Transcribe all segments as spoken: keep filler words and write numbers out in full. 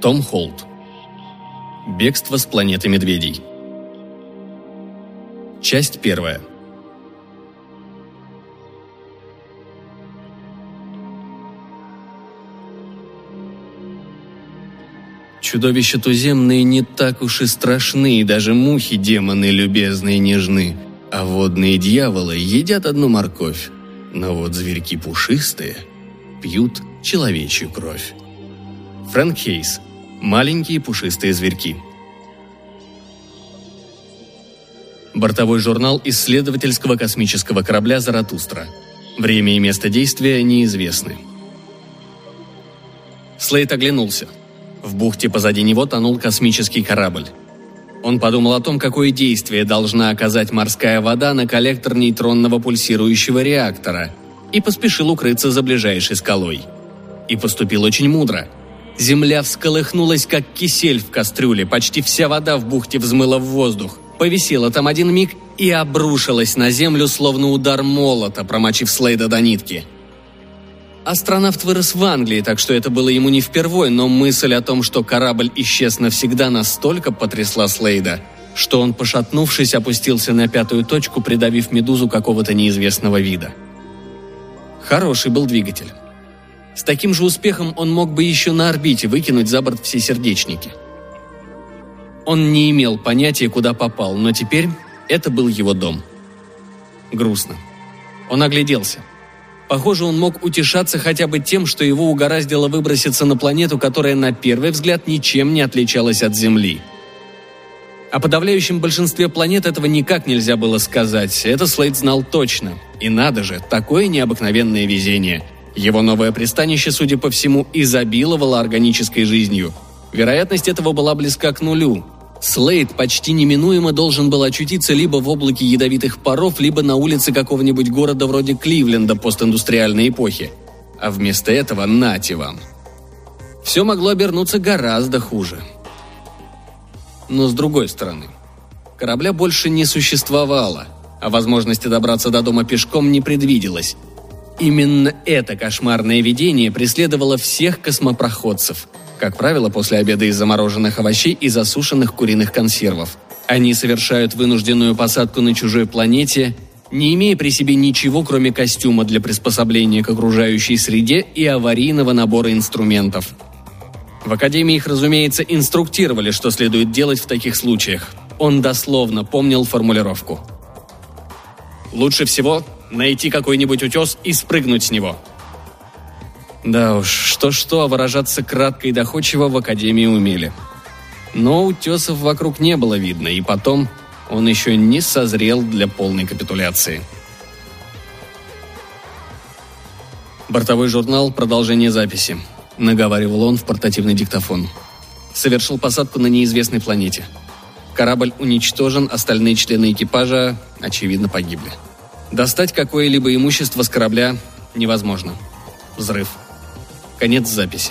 Том Холт. Бегство с планеты медведей. Часть первая. Чудовища туземные не так уж и страшны, и даже мухи-демоны любезные нежны, а водные дьяволы едят одну морковь, но вот зверьки пушистые пьют человечью кровь. Фрэнк Хейс. Маленькие пушистые зверьки. Бортовой журнал исследовательского космического корабля «Заратустра». Время и место действия неизвестны. Слейд оглянулся. В бухте позади него тонул космический корабль. Он подумал о том, какое действие должна оказать морская вода на коллектор нейтронного пульсирующего реактора, и поспешил укрыться за ближайшей скалой. И поступил очень мудро. Земля всколыхнулась, как кисель в кастрюле, почти вся вода в бухте взмыла в воздух, повисела там один миг и обрушилась на землю, словно удар молота, промочив Слейда до нитки. Астронавт вырос в Англии, так что это было ему не впервой, но мысль о том, что корабль исчез навсегда, настолько потрясла Слейда, что он, пошатнувшись, опустился на пятую точку, придавив медузу какого-то неизвестного вида. Хороший был двигатель. С таким же успехом он мог бы еще на орбите выкинуть за борт все сердечники. Он не имел понятия, куда попал, но теперь это был его дом. Грустно. Он огляделся. Похоже, он мог утешаться хотя бы тем, что его угораздило выброситься на планету, которая на первый взгляд ничем не отличалась от Земли. О подавляющем большинстве планет этого никак нельзя было сказать, это Слейд знал точно. И надо же, такое необыкновенное везение. Его новое пристанище, судя по всему, изобиловало органической жизнью. Вероятность этого была близка к нулю. Слейд почти неминуемо должен был очутиться либо в облаке ядовитых паров, либо на улице какого-нибудь города вроде Кливленда постиндустриальной эпохи. А вместо этого нате вам. Все могло обернуться гораздо хуже. Но с другой стороны, корабля больше не существовало, а возможности добраться до дома пешком не предвиделось. Именно это кошмарное видение преследовало всех космопроходцев, как правило, после обеда из замороженных овощей и засушенных куриных консервов. Они совершают вынужденную посадку на чужой планете, не имея при себе ничего, кроме костюма для приспособления к окружающей среде и аварийного набора инструментов. В Академии их, разумеется, инструктировали, что следует делать в таких случаях. Он дословно помнил формулировку. «Лучше всего найти какой-нибудь утес и спрыгнуть с него». Да уж, что-что, а выражаться кратко и доходчиво в Академии умели. Но утесов вокруг не было видно, и потом он еще не созрел для полной капитуляции. Бортовой журнал, продолжение записи. Наговаривал он в портативный диктофон. Совершил посадку на неизвестной планете. Корабль уничтожен, остальные члены экипажа, очевидно, погибли. Достать какое-либо имущество с корабля невозможно. Взрыв. Конец записи.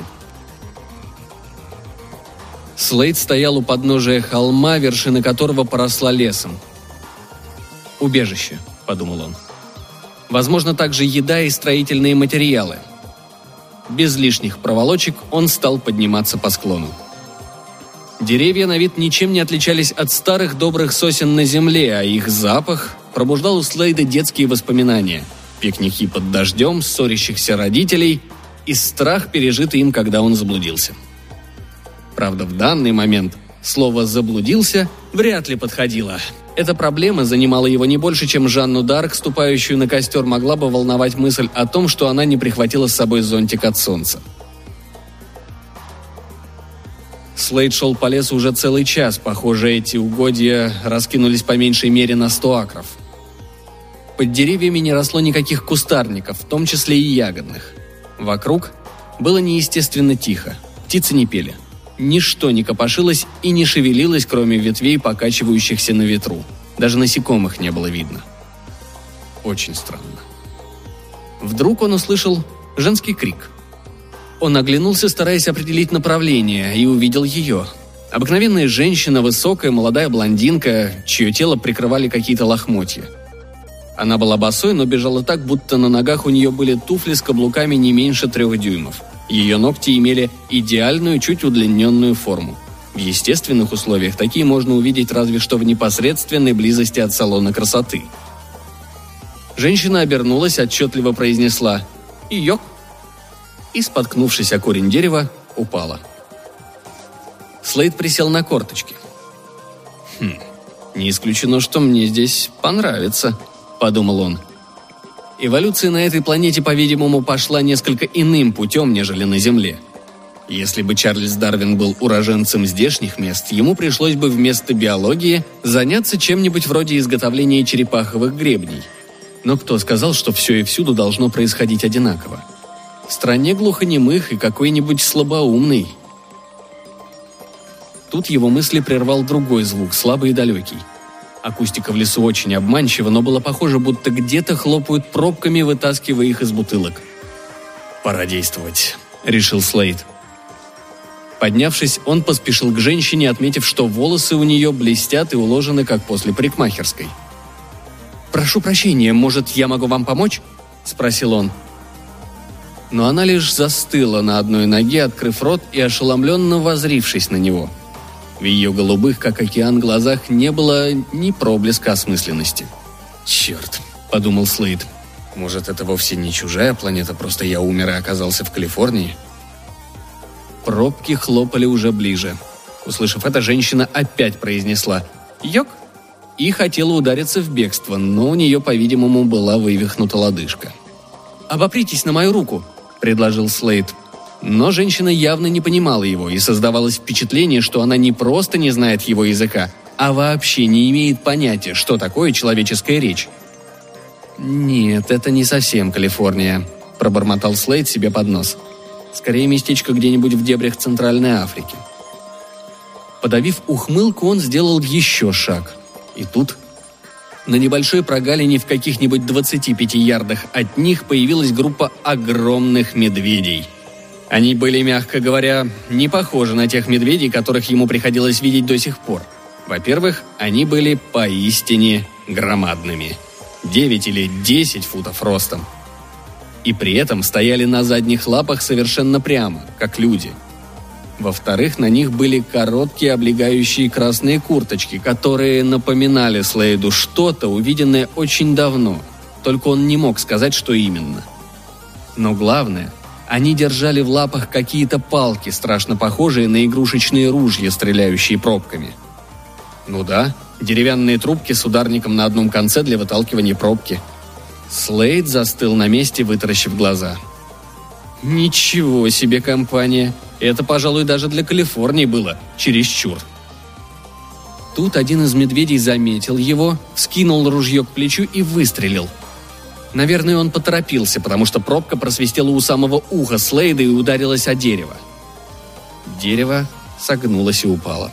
Слейд стоял у подножия холма, вершина которого поросла лесом. «Убежище», — подумал он. «Возможно, также еда и строительные материалы». Без лишних проволочек он стал подниматься по склону. Деревья на вид ничем не отличались от старых добрых сосен на земле, а их запах пробуждал у Слейда детские воспоминания. Пикники под дождем, ссорящихся родителей и страх, пережитый им, когда он заблудился. Правда, в данный момент слово «заблудился» вряд ли подходило. Эта проблема занимала его не больше, чем Жанну Д'Арк, ступающую на костер, могла бы волновать мысль о том, что она не прихватила с собой зонтик от солнца. Слейд шел по лесу уже целый час. Похоже, эти угодья раскинулись по меньшей мере на сто акров. Под деревьями не росло никаких кустарников, в том числе и ягодных. Вокруг было неестественно тихо. Птицы не пели. Ничто не копошилось и не шевелилось, кроме ветвей, покачивающихся на ветру. Даже насекомых не было видно. Очень странно. Вдруг он услышал женский крик. Он оглянулся, стараясь определить направление, и увидел ее. Обыкновенная женщина, высокая, молодая блондинка, чье тело прикрывали какие-то лохмотья. Она была босой, но бежала так, будто на ногах у нее были туфли с каблуками не меньше трех дюймов. Ее ногти имели идеальную, чуть удлиненную форму. В естественных условиях такие можно увидеть разве что в непосредственной близости от салона красоты. Женщина обернулась, отчетливо произнесла «Йок!» и, споткнувшись о корень дерева, упала. Слейд присел на корточки. «Хм, не исключено, что мне здесь понравится», — подумал он. Эволюция на этой планете, по-видимому, пошла несколько иным путем, нежели на Земле. Если бы Чарльз Дарвин был уроженцем здешних мест, ему пришлось бы вместо биологии заняться чем-нибудь вроде изготовления черепаховых гребней. Но кто сказал, что все и всюду должно происходить одинаково? В стране глухонемых и какой-нибудь слабоумный. Тут его мысли прервал другой звук, слабый и далекий. Акустика в лесу очень обманчива, но было похоже, будто где-то хлопают пробками, вытаскивая их из бутылок. «Пора действовать», — решил Слейд. Поднявшись, он поспешил к женщине, отметив, что волосы у нее блестят и уложены, как после парикмахерской. «Прошу прощения, может, я могу вам помочь?» – спросил он. Но она лишь застыла на одной ноге, открыв рот и ошеломленно воззрившись на него. В ее голубых, как океан, глазах не было ни проблеска осмысленности. «Черт», – подумал Слейд, – «может, это вовсе не чужая планета, просто я умер и оказался в Калифорнии?» Пробки хлопали уже ближе. Услышав это, женщина опять произнесла «Йок!» и хотела удариться в бегство, но у нее, по-видимому, была вывихнута лодыжка. «Обопритесь на мою руку», – предложил Слейд. Но женщина явно не понимала его, и создавалось впечатление, что она не просто не знает его языка, а вообще не имеет понятия, что такое человеческая речь. «Нет, это не совсем Калифорния», – пробормотал Слейд себе под нос. «Скорее местечко где-нибудь в дебрях Центральной Африки». Подавив ухмылку, он сделал еще шаг. И тут на небольшой прогалине в каких-нибудь двадцати пяти ярдах от них появилась группа огромных медведей. Они были, мягко говоря, не похожи на тех медведей, которых ему приходилось видеть до сих пор. Во-первых, они были поистине громадными. девять или десять футов ростом. И при этом стояли на задних лапах совершенно прямо, как люди. Во-вторых, на них были короткие облегающие красные курточки, которые напоминали Слейду что-то, увиденное очень давно, только он не мог сказать, что именно. Но главное, они держали в лапах какие-то палки, страшно похожие на игрушечные ружья, стреляющие пробками. Ну да, деревянные трубки с ударником на одном конце для выталкивания пробки. Слейд застыл на месте, вытаращив глаза. Ничего себе компания! Это, пожалуй, даже для Калифорнии было чересчур. Тут один из медведей заметил его, вскинул ружье к плечу и выстрелил. Наверное, он поторопился, потому что пробка просвистела у самого уха Слейда и ударилась о дерево. Дерево согнулось и упало.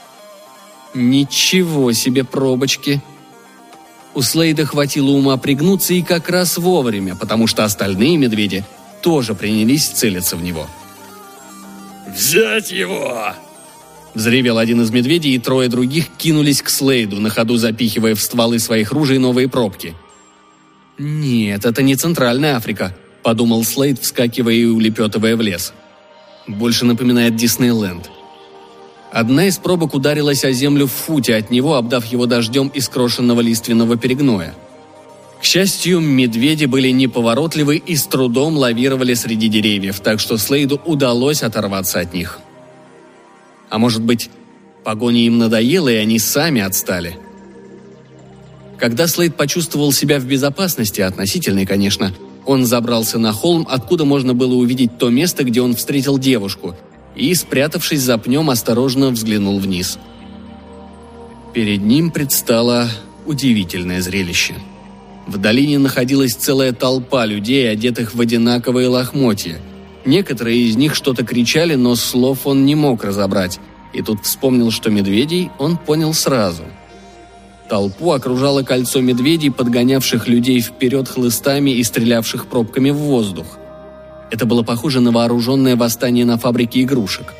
Ничего себе пробочки! У Слейда хватило ума пригнуться и как раз вовремя, потому что остальные медведи тоже принялись целиться в него. «Взять его!» Взревел один из медведей, и трое других кинулись к Слейду, на ходу запихивая в стволы своих ружей новые пробки. «Нет, это не Центральная Африка», — подумал Слейд, вскакивая и улепетывая в лес. «Больше напоминает Диснейленд». Одна из пробок ударилась о землю в футе от него, обдав его дождем из крошенного лиственного перегноя. К счастью, медведи были неповоротливы и с трудом лавировали среди деревьев, так что Слейду удалось оторваться от них. А может быть, погоня им надоела, и они сами отстали? Когда Слейд почувствовал себя в безопасности, относительной, конечно, он забрался на холм, откуда можно было увидеть то место, где он встретил девушку, и, спрятавшись за пнем, осторожно взглянул вниз. Перед ним предстало удивительное зрелище. В долине находилась целая толпа людей, одетых в одинаковые лохмотья. Некоторые из них что-то кричали, но слов он не мог разобрать, и тут вспомнил, что медведей он понял сразу. Толпу окружало кольцо медведей, подгонявших людей вперед хлыстами и стрелявших пробками в воздух. Это было похоже на вооруженное восстание на фабрике игрушек.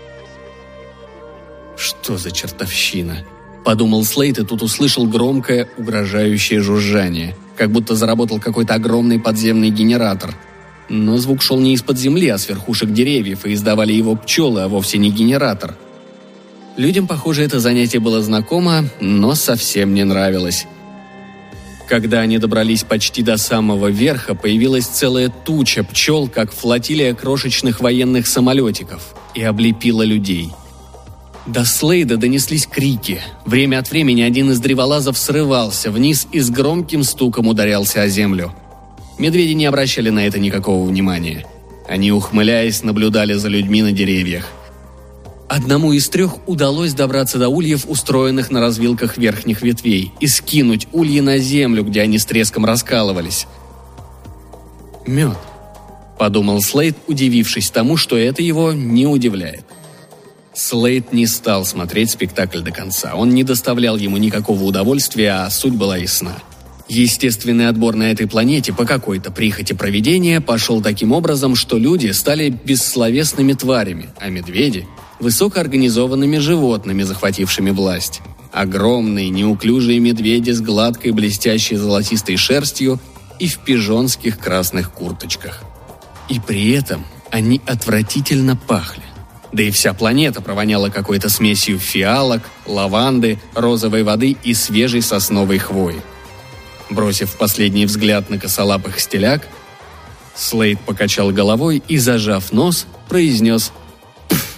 «Что за чертовщина?» – подумал Слейд, и тут услышал громкое, угрожающее жужжание, как будто заработал какой-то огромный подземный генератор. Но звук шел не из-под земли, а с верхушек деревьев, и издавали его пчелы, а вовсе не генератор. Людям, похоже, это занятие было знакомо, но совсем не нравилось. Когда они добрались почти до самого верха, появилась целая туча пчел, как флотилия крошечных военных самолетиков, и облепила людей. До Слейда донеслись крики. Время от времени один из древолазов срывался вниз и с громким стуком ударялся о землю. Медведи не обращали на это никакого внимания. Они, ухмыляясь, наблюдали за людьми на деревьях. Одному из трех удалось добраться до ульев, устроенных на развилках верхних ветвей, и скинуть ульи на землю, где они с треском раскалывались. «Мед», — подумал Слейд, удивившись тому, что это его не удивляет. Слейд не стал смотреть спектакль до конца. Он не доставлял ему никакого удовольствия, а суть была ясна. Естественный отбор на этой планете по какой-то прихоти провидения пошел таким образом, что люди стали бессловесными тварями, а медведи – высокоорганизованными животными, захватившими власть. Огромные, неуклюжие медведи с гладкой, блестящей золотистой шерстью и в пижонских красных курточках. И при этом они отвратительно пахли. Да и вся планета провоняла какой-то смесью фиалок, лаванды, розовой воды и свежей сосновой хвои. Бросив последний взгляд на косолапых стеляк, Слейд покачал головой и, зажав нос, произнес «Пф».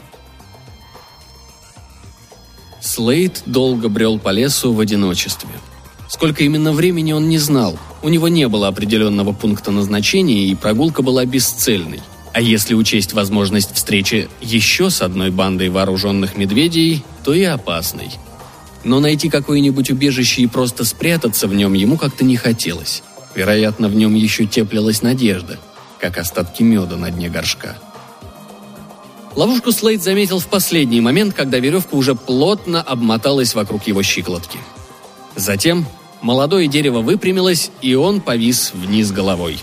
Слейд долго брел по лесу в одиночестве. Сколько именно времени он не знал, у него не было определенного пункта назначения, и прогулка была бесцельной. А если учесть возможность встречи еще с одной бандой вооруженных медведей, то и опасной. Но найти какое-нибудь убежище и просто спрятаться в нем ему как-то не хотелось. Вероятно, в нем еще теплилась надежда, как остатки меда на дне горшка. Ловушку Слейд заметил в последний момент, когда веревка уже плотно обмоталась вокруг его щиколотки. Затем молодое дерево выпрямилось, и он повис вниз головой.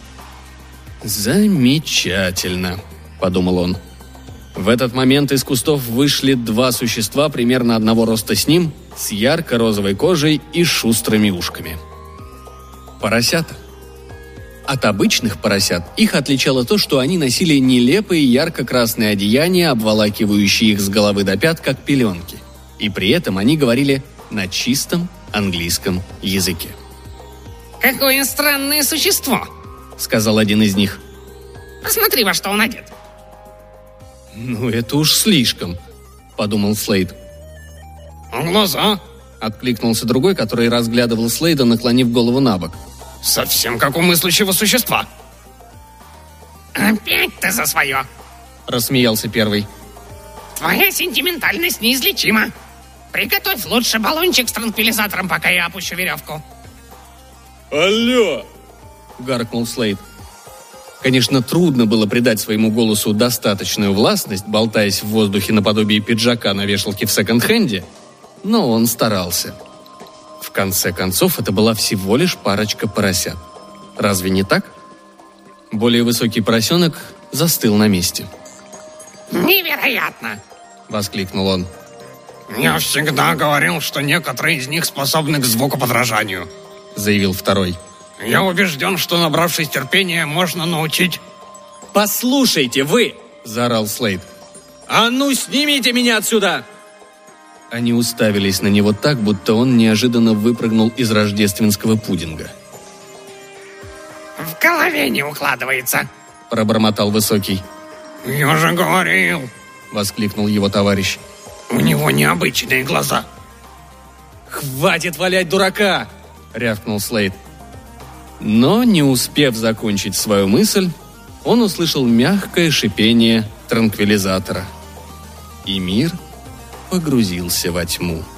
«Замечательно», — подумал он. В этот момент из кустов вышли два существа примерно одного роста с ним, с ярко-розовой кожей и шустрыми ушками. Поросята. От обычных поросят их отличало то, что они носили нелепые ярко-красные одеяния, обволакивающие их с головы до пят, как пеленки. И при этом они говорили на чистом английском языке. «Какое странное существо!» — сказал один из них. «Посмотри, во что он одет!» «Ну, это уж слишком», — подумал Слейд. «Глаза!» — откликнулся другой, который разглядывал Слейда, наклонив голову на бок. «Совсем как у мыслящего существа!» «Опять ты за свое!» — рассмеялся первый. «Твоя сентиментальность неизлечима. Приготовь лучше баллончик с транквилизатором, пока я опущу веревку». «Алло!» — гаркнул Слейд. Конечно, трудно было придать своему голосу достаточную властность, болтаясь в воздухе наподобие пиджака на вешалке в секонд-хенде, но он старался. В конце концов, это была всего лишь парочка поросят. Разве не так? Более высокий поросенок застыл на месте. «Невероятно!» — воскликнул он. «Я всегда говорил, что некоторые из них способны к звукоподражанию», — заявил второй. «Я убежден, что, набравшись терпения, можно научить...» «Послушайте, вы!» — заорал Слейд. «А ну, снимите меня отсюда!» Они уставились на него так, будто он неожиданно выпрыгнул из рождественского пудинга. «В голове не укладывается», — пробормотал высокий. «Я же говорил!» — воскликнул его товарищ. «У него необычные глаза». «Хватит валять дурака!» — рявкнул Слейд. Но, не успев закончить свою мысль, он услышал мягкое шипение транквилизатора. И мир погрузился во тьму.